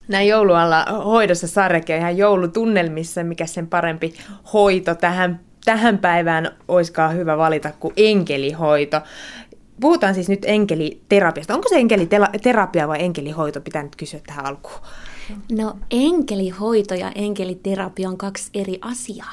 Näin joulualla hoidossa Sarjakin on ihan joulutunnelmissa, mikä sen parempi hoito tähän päivään olisikaan hyvä valita kuin enkelihoito. Puhutaan siis nyt enkeliterapiasta. Onko se enkeliterapia vai enkelihoito? Pitää nyt kysyä tähän alkuun. No enkelihoito ja enkeliterapia on 2 eri asiaa.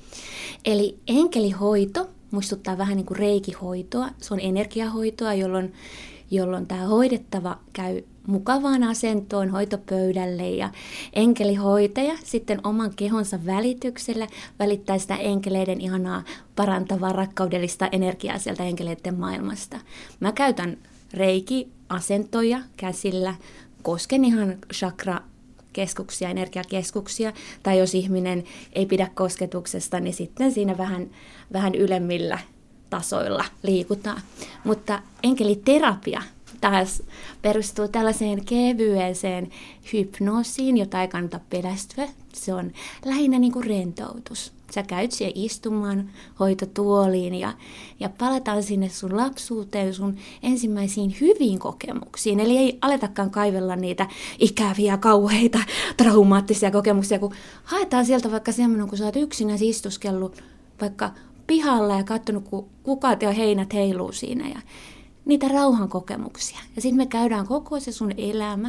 Eli enkelihoito muistuttaa vähän niin kuin reikihoitoa. Se on energiahoitoa, jolloin tämä hoidettava käy mukavaan asentoon hoitopöydälle ja enkelihoitaja sitten oman kehonsa välityksellä välittää sitä enkeleiden ihanaa parantavaa rakkaudellista energiaa sieltä enkeleiden maailmasta. Mä käytän reiki-asentoja käsillä, kosken ihan chakra-keskuksia, energiakeskuksia, tai jos ihminen ei pidä kosketuksesta, niin sitten siinä vähän ylemmillä tasoilla liikutaan. Mutta enkeliterapia taas perustuu tällaiseen kevyeseen hypnoosiin, jota ei kannata pelästyä. Se on lähinnä niin kuin rentoutus. Sä käyt siihen istumaan hoitotuoliin ja palataan sinne sun lapsuuteen, sun ensimmäisiin hyviin kokemuksiin. Eli ei aletakaan kaivella niitä ikäviä, kauheita, traumaattisia kokemuksia, kun haetaan sieltä vaikka semmoinen, kun sä oot yksinäsi istuskellut vaikka pihalla ja katsonut, kun kukat ja heinät heiluu siinä ja niitä rauhan kokemuksia. Ja sitten me käydään koko se sun elämä,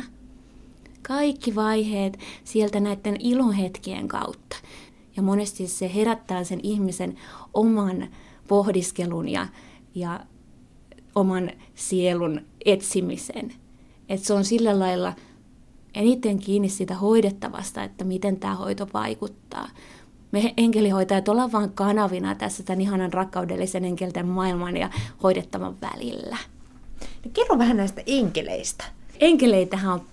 kaikki vaiheet sieltä näiden ilonhetkien kautta. Ja monesti se herättää sen ihmisen oman pohdiskelun ja oman sielun etsimisen. Että se on sillä lailla eniten kiinni siitä hoidettavasta, että miten tämä hoito vaikuttaa. Me enkelihoitajat ollaan vaan kanavina tässä tämän ihanan rakkaudellisen enkelten maailman ja hoidettavan välillä. No, kerro vähän näistä enkeleistä. Enkeleitähän on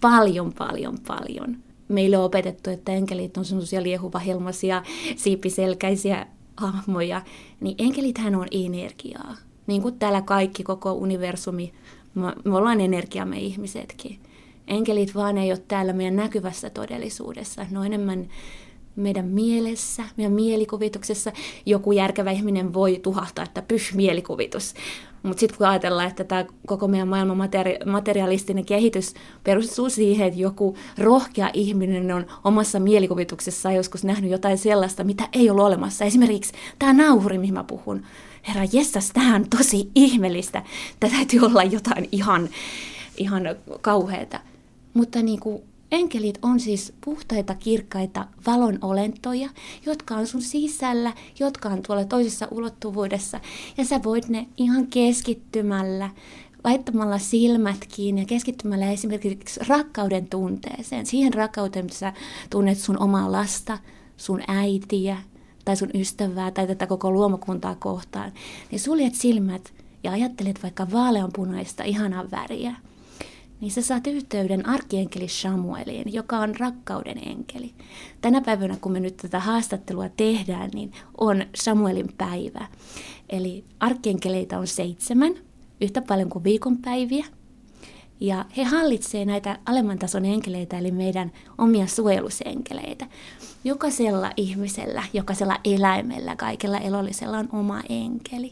paljon. Meille on opetettu, että enkelit on semmoisia liehuvahelmaisia, siipiselkäisiä hahmoja. Niin enkelithän on energiaa. Niin kuin täällä kaikki, koko universumi, me ollaan energiaa me ihmisetkin. Enkelit vaan ei ole täällä meidän näkyvässä todellisuudessa. Ne on enemmän meidän mielessä, meidän mielikuvituksessa. Joku järkevä ihminen voi tuhahtaa, että mielikuvitus. Mutta sitten kun ajatellaan, että tämä koko meidän maailman materialistinen kehitys perustuu siihen, että joku rohkea ihminen on omassa mielikuvituksessaan joskus nähnyt jotain sellaista, mitä ei ollut olemassa. Esimerkiksi tämä nauhuri, mihin mä puhun. Herra jestas, tämä on tosi ihmeellistä. Tämä täytyy olla jotain ihan kauheata. Mutta niin kuin enkelit on siis puhtaita, kirkkaita valon olentoja, jotka on sun sisällä, jotka on tuolla toisessa ulottuvuudessa. Ja sä voit ne ihan keskittymällä, laittamalla silmät kiinni ja keskittymällä esimerkiksi rakkauden tunteeseen. Siihen rakkauteen, että sä tunnet sun omaa lasta, sun äitiä tai sun ystävää tai tätä koko luomakuntaa kohtaan. Niin suljet silmät ja ajattelet vaikka vaaleanpunaista ihanaa väriä. Niin sä saat yhteyden arkienkeli Samueliin, joka on rakkauden enkeli. Tänä päivänä, kun me nyt tätä haastattelua tehdään, niin on Samuelin päivä. Eli arkienkeleitä on 7, yhtä paljon kuin viikonpäiviä. Ja he hallitsevat näitä alemman tason enkeleitä, eli meidän omia suojelusenkeleitä. Jokaisella ihmisellä, jokaisella eläimellä, kaikella elollisella on oma enkeli.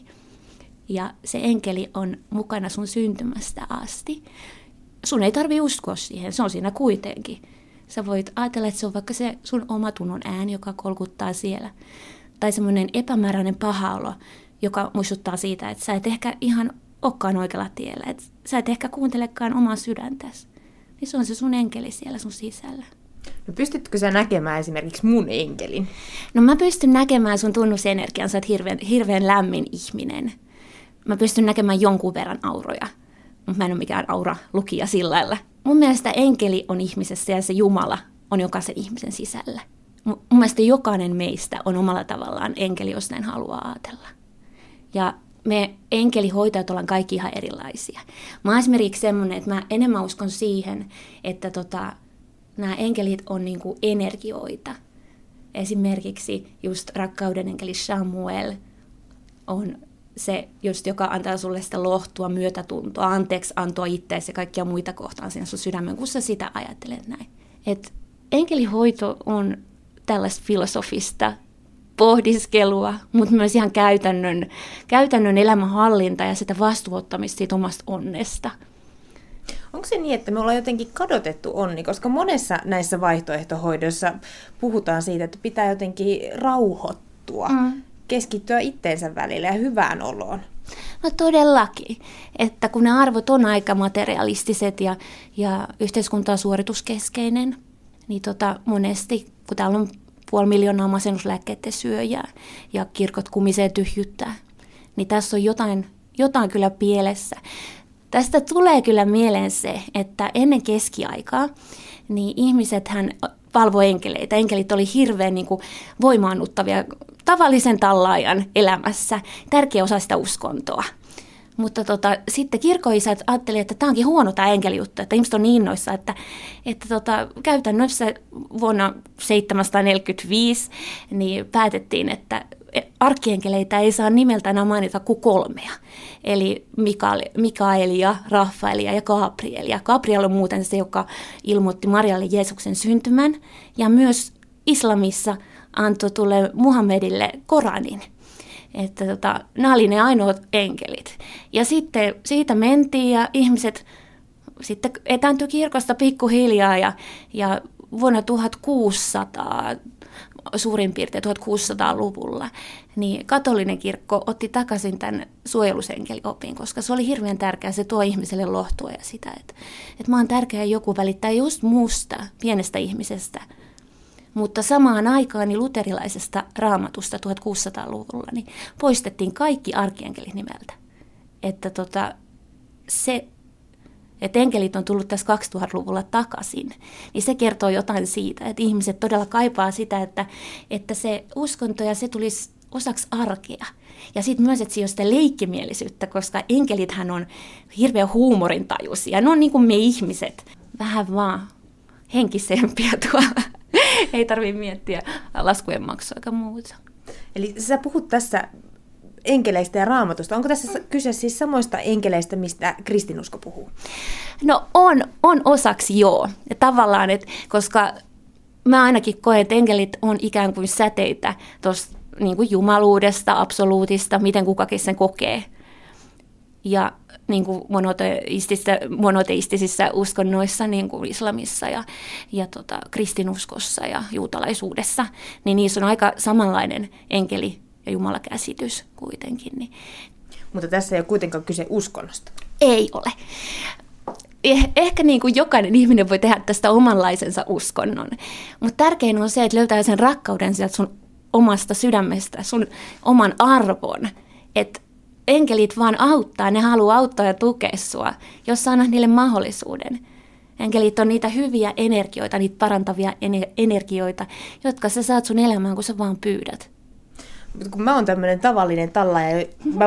Ja se enkeli on mukana sun syntymästä asti. Sun ei tarvitse uskoa siihen, se on siinä kuitenkin. Sä voit ajatella, että se on vaikka se sun omatunnon ääni, joka kolkuttaa siellä. Tai semmoinen epämääräinen paha olo, joka muistuttaa siitä, että sä et ehkä ihan olekaan oikealla tiellä. Että sä et ehkä kuuntelekaan omaa sydäntäsi. Niin se on se sun enkeli siellä sun sisällä. No pystytkö sä näkemään esimerkiksi mun enkelin? No mä pystyn näkemään sun tunnusenergian, sä oot hirveän lämmin ihminen. Mä pystyn näkemään jonkun verran auroja. Mutta mä en ole mikään aura-lukija sillä lailla. Mun mielestä enkeli on ihmisessä ja se Jumala on jokaisen ihmisen sisällä. Mun mielestä jokainen meistä on omalla tavallaan enkeli, jos näin haluaa ajatella. Ja me enkelihoitajat ollaan kaikki ihan erilaisia. Mä oon esimerkiksi semmoinen, että mä enemmän uskon siihen, että nämä enkelit on niinku energioita. Esimerkiksi just rakkauden enkeli Samuel on se, just, joka antaa sulle sitä lohtua, myötätuntoa, anteeksi antoa itseäsi ja kaikkia muita kohtaan siinä sun sydämen, kun sä sitä ajattelet näin. Et enkelihoito on tällaista filosofista pohdiskelua, mutta myös ihan käytännön elämänhallinta ja sitä vastuuttamista siitä omasta onnesta. onko se niin, että me ollaan jotenkin kadotettu onni, koska monessa näissä vaihtoehtohoidoissa puhutaan siitä, että pitää jotenkin rauhoittua, keskittyä itteensä välillä ja hyvään oloon. No todellakin, että kun ne arvot on aika materialistiset ja yhteiskunta on suorituskeskeinen, niin monesti, kun täällä on 500 000 masennuslääkkeiden syöjää ja kirkot kumisee tyhjyttää, niin tässä on jotain kyllä pielessä. Tästä tulee kyllä mieleen se, että ennen keskiaikaa niin ihmisethän valvoi enkeleitä. Enkelit oli hirveän voimaannuttavia tavallisen tallaajan elämässä, tärkeä osa sitä uskontoa. Mutta sitten kirkkoisät ajattelivat, että tämä onkin huono tämä enkelijuttu, että ihmiset on niin innoissa, että käytännössä vuonna 745 niin päätettiin, että arkkienkeleitä ei saa nimeltään enää mainita kuin 3. Eli Mikaelia, Rafaelia ja Gabrielia. Gabriel on muuten se, joka ilmoitti Marialle Jeesuksen syntymän ja myös islamissa antoi tulle Muhammedille Koranin. Että nämä oli ne ainoat enkelit. Ja sitten siitä mentiin ja ihmiset sitten etääntyi kirkosta pikkuhiljaa ja vuonna 1600, suurin piirtein 1600-luvulla, niin katolinen kirkko otti takaisin tämän suojelusenkeliopin, koska se oli hirveän tärkeää, se tuo ihmiselle lohtua ja sitä, että mä oon tärkeä joku välittää just muusta, pienestä ihmisestä. Mutta samaan aikaan niin luterilaisesta raamatusta 1600-luvulla niin poistettiin kaikki arkienkelit nimeltä. Että että enkelit on tullut tässä 2000-luvulla takaisin, niin se kertoo jotain siitä, että ihmiset todella kaipaa sitä, että se uskonto ja se tulisi osaksi arkea. Ja sitten myös, että siinä on sitä leikkimielisyyttä, koska enkelithän on hirveän huumorintajuisia. Ne on niin kuin me ihmiset, vähän vaan henkisempiä tuolla. Ei tarvitse miettiä laskujen maksua eikä muuta. Eli sä puhut tässä enkeleistä ja raamatusta. Onko tässä kyse siis samoista enkeleistä, mistä kristinusko puhuu? No on osaksi joo. Ja tavallaan, koska mä ainakin koen, että enkelit on ikään kuin säteitä tuosta niin kuin jumaluudesta, absoluutista, miten kukakin sen kokee. Ja niin kuin monoteistisissa uskonnoissa, niin kuin islamissa ja kristinuskossa ja juutalaisuudessa, niin niissä on aika samanlainen enkeli- ja jumalakäsitys kuitenkin. Niin. Mutta tässä ei ole kuitenkaan kyse uskonnosta. Ei ole. Ehkä niin kuin jokainen ihminen voi tehdä tästä omanlaisensa uskonnon, mutta tärkein on se, että löytää sen rakkauden sieltä sun omasta sydämestä, sun oman arvon, että enkelit vaan auttaa, ne haluaa auttaa ja tukea sua, jos sä annat niille mahdollisuuden. Enkelit on niitä hyviä energioita, niitä parantavia energioita, jotka sä saat sun elämään, kun sä vaan pyydät. Kun mä oon tämmöinen tavallinen tallaaja,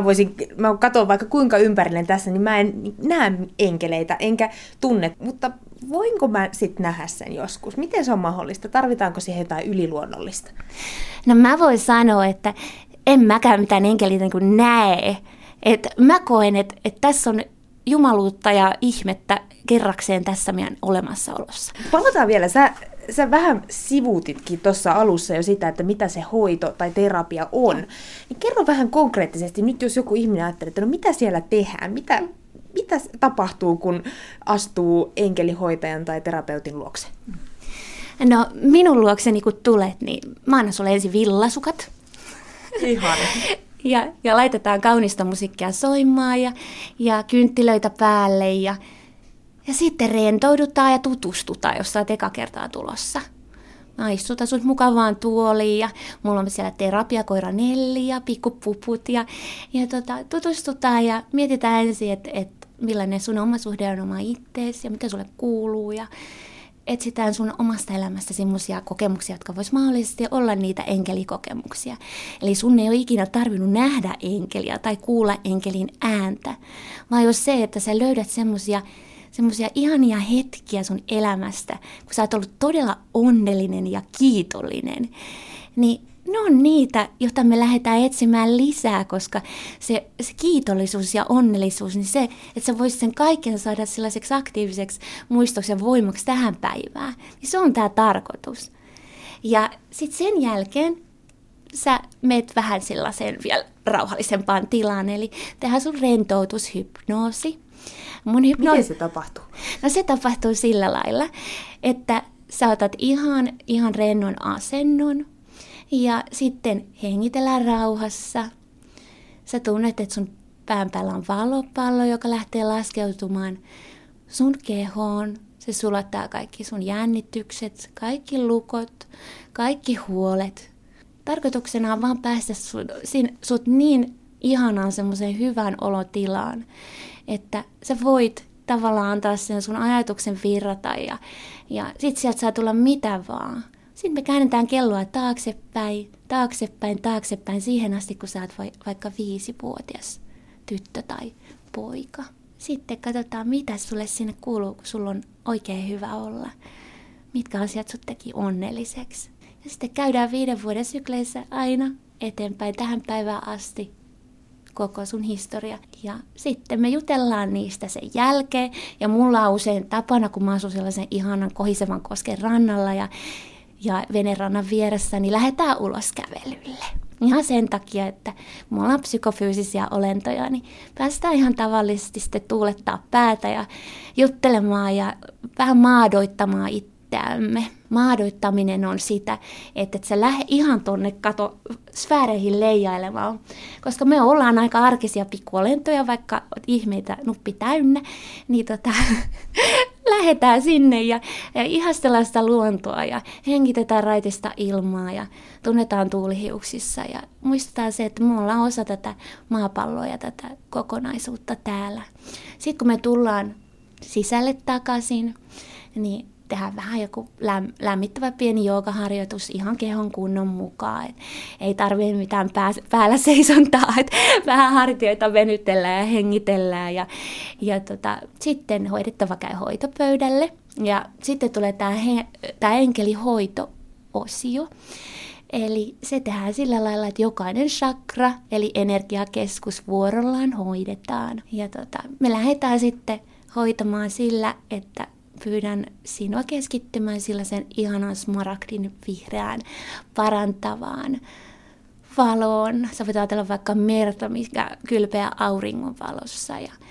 mä katson vaikka kuinka ympärillinen tässä, niin mä en näe enkeleitä, enkä tunne, mutta voinko mä sitten nähdä sen joskus? Miten se on mahdollista? Tarvitaanko siihen jotain yliluonnollista? No mä voin sanoa, että en mäkään mitään enkeliä niin näe. Et mä koen, että tässä on jumaluutta ja ihmettä kerrakseen tässä meidän olemassaolossa. Palataan vielä. Sä vähän sivuutitkin tuossa alussa jo sitä, että mitä se hoito tai terapia on. Niin kerro vähän konkreettisesti, nyt jos joku ihminen ajattelee, että no mitä siellä tehdään, mitä tapahtuu, kun astuu enkelihoitajan tai terapeutin luokse? No minun luokseni kun tulet, niin mä annan sulle ensin villasukat. Ihana. Ja laitetaan kaunista musiikkia soimaan ja kynttilöitä päälle ja sitten rentoudutaan ja tutustutaan, jos sä oot eka kertaa tulossa. Mä istutan sut mukavaan tuoliin ja mulla on siellä terapiakoira Nelli ja pikkupuput ja tutustutaan ja mietitään ensin, että millainen sun oma suhde on oma itteesi ja mitä sulle kuuluu ja etsitään sun omasta elämästä semmoisia kokemuksia, jotka vois mahdollisesti olla niitä enkelikokemuksia. Eli sun ei ole ikinä tarvinnut nähdä enkeliä tai kuulla enkelin ääntä, vaan jos se, että sä löydät semmoisia ihania hetkiä sun elämästä, kun sä oot ollut todella onnellinen ja kiitollinen, niin ne on niitä, joita me lähdetään etsimään lisää, koska se kiitollisuus ja onnellisuus, niin se, että sä voisit sen kaiken saada sellaiseksi aktiiviseksi muistoksi ja voimaksi tähän päivään, niin se on tämä tarkoitus. Ja sitten sen jälkeen sä meet vähän sellaiseen vielä rauhallisempaan tilaan, eli tehdään sun rentoutushypnoosi. Miten se tapahtuu? No se tapahtuu sillä lailla, että sä otat ihan rennon asennon ja sitten hengitellään rauhassa. Sä tunnet, että sun pään päällä on valopallo, joka lähtee laskeutumaan sun kehoon. Se sulattaa kaikki sun jännitykset, kaikki lukot, kaikki huolet. Tarkoituksena on vaan päästä sut niin ihanaan semmoiseen hyvään olotilaan, että sä voit tavallaan antaa sen sun ajatuksen virrata ja sit sieltä saa tulla mitä vaan. Sitten me käännetään kelloa taaksepäin siihen asti, kun sä oot vaikka 5-vuotias tyttö tai poika. Sitten katsotaan, mitä sulle sinne kuuluu, kun sulla on oikein hyvä olla. Mitkä asiat sut teki onnelliseksi. Ja sitten käydään 5 vuoden sykleissä aina eteenpäin tähän päivään asti koko sun historia. Ja sitten me jutellaan niistä sen jälkeen. Ja mulla on usein tapana, kun mä asun sellaisen ihanan kohisevan kosken rannalla ja venerannan vieressä, niin lähdetään ulos kävelylle. Ihan sen takia, että me ollaan psykofyysisiä olentoja, niin päästään ihan tavallisesti sitten tuulettaa päätä ja juttelemaan ja vähän maadoittamaan itseämme. Maadoittaminen on sitä, että et sä lähde ihan tonne sfääreihin leijailemaan, koska me ollaan aika arkisia pikkuolentoja, vaikka ihmeitä nuppi täynnä, niin lähdetään sinne ja ihastellaan sitä luontoa ja hengitetään raitista ilmaa ja tunnetaan tuulihiuksissa ja muistetaan se, että me ollaan osa tätä maapalloa ja tätä kokonaisuutta täällä. Sitten kun me tullaan sisälle takaisin, niin tehdään vähän joku lämmittävä pieni joogaharjoitus ihan kehon kunnon mukaan. Ei tarvitse mitään päällä seisontaa, että vähän hartioita venytellään ja hengitellään. Sitten hoidettava käy hoitopöydälle ja sitten tulee tämä enkelihoito-osio. Eli se tehdään sillä lailla, että jokainen chakra, eli energiakeskus vuorollaan hoidetaan. Ja me lähdetään sitten hoitamaan sillä, että pyydän sinua keskittymään sellaisen ihanan smaragdin vihreään parantavaan valoon. Sä voit ajatella vaikka merta, mikä kylpeää auringon valossa.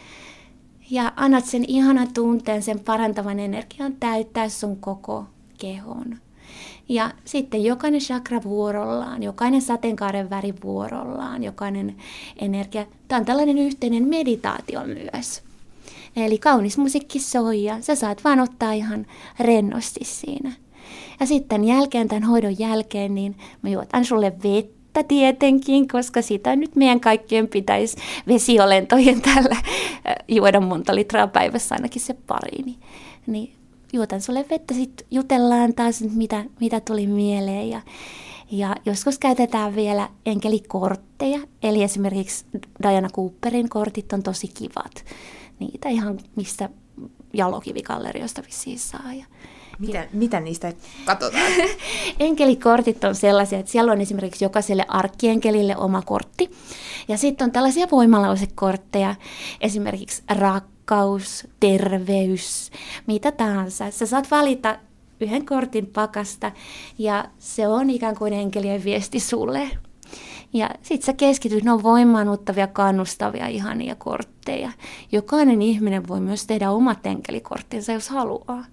Ja annat sen ihanan tunteen, sen parantavan energian täyttää sun koko kehon. Ja sitten jokainen chakra vuorollaan, jokainen sateenkaaren väri vuorollaan, jokainen energia. Tämä on tällainen yhteinen meditaatio myös. Eli kaunis musiikki soi ja sä saat vaan ottaa ihan rennosti siinä. Ja sitten tämän hoidon jälkeen, niin mä juotan sulle vettä tietenkin, koska sitä nyt meidän kaikkien pitäisi vesiolentojen täällä juoda monta litraa päivässä, ainakin se pari. Niin juotan sulle vettä, sitten jutellaan taas, mitä tuli mieleen. Ja joskus käytetään vielä enkelikortteja, eli esimerkiksi Diana Cooperin kortit on tosi kivat. Niitä ihan mistä Jalokivi-galleriosta vissiin saa. Mitä niistä katsotaan? Enkelikortit on sellaisia, että siellä on esimerkiksi jokaiselle arkkienkelille oma kortti. Ja sitten on tällaisia voimalausekortteja, esimerkiksi rakkaus, terveys, mitä tahansa. Sä saat valita yhden kortin pakasta ja se on ikään kuin enkelien viesti sulle. Ja sitten sä keskityt, ne on voimaannuttavia, kannustavia, ihania kortteja. Jokainen ihminen voi myös tehdä omat enkelikorttinsa, jos haluaa.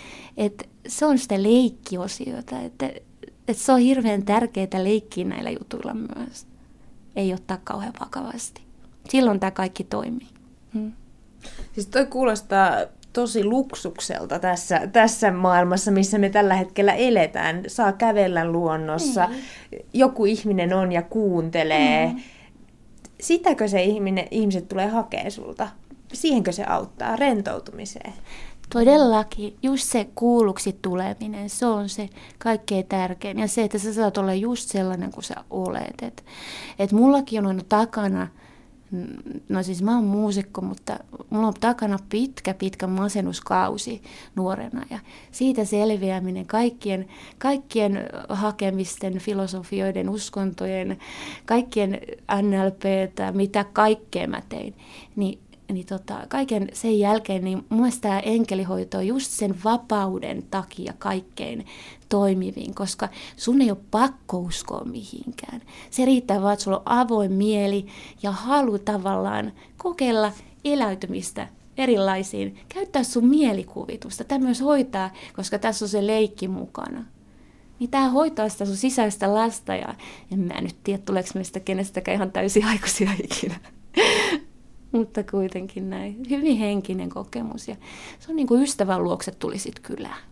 Se on sitä leikkiosiota, että se on hirveän tärkeää leikkiä näillä jutuilla myös. Ei ottaa kauhean vakavasti. Silloin tämä kaikki toimii. Siis toi kuulostaa tosi luksukselta tässä maailmassa, missä me tällä hetkellä eletään. Saa kävellä luonnossa, joku ihminen on ja kuuntelee. Sitäkö se ihmiset tulee hakemaan sulta? Siihenkö se auttaa Rentoutumiseen? Todellakin, just se kuulluksi tuleminen, se on se kaikkein tärkein. Ja se, että sä saat olla just sellainen kuin sä olet. Et mullakin on takana, no siis mä oon muusikko, mutta mulla on takana pitkä masennuskausi nuorena. Ja siitä selviäminen kaikkien hakemisten, filosofioiden, uskontojen, kaikkien NLP:tä, mitä kaikkea mä tein, niin kaiken sen jälkeen, niin mun mielestä tämä enkelihoito on just sen vapauden takia kaikkein toimivin, koska sun ei ole pakko uskoa mihinkään. Se riittää vaan, että sulla on avoin mieli ja halu tavallaan kokeilla eläytymistä erilaisiin. Käyttää sun mielikuvitusta. Tämä myös hoitaa, koska tässä on se leikki mukana. Niin tämä hoitaa sitä sun sisäistä lasta ja en mä nyt tiedä, tuleeko meistä kenestäkään ihan täysin aikuisia ikinä. Mutta kuitenkin näin. Hyvin henkinen kokemus ja se on niin kuin ystävän luokse tulisit kylään.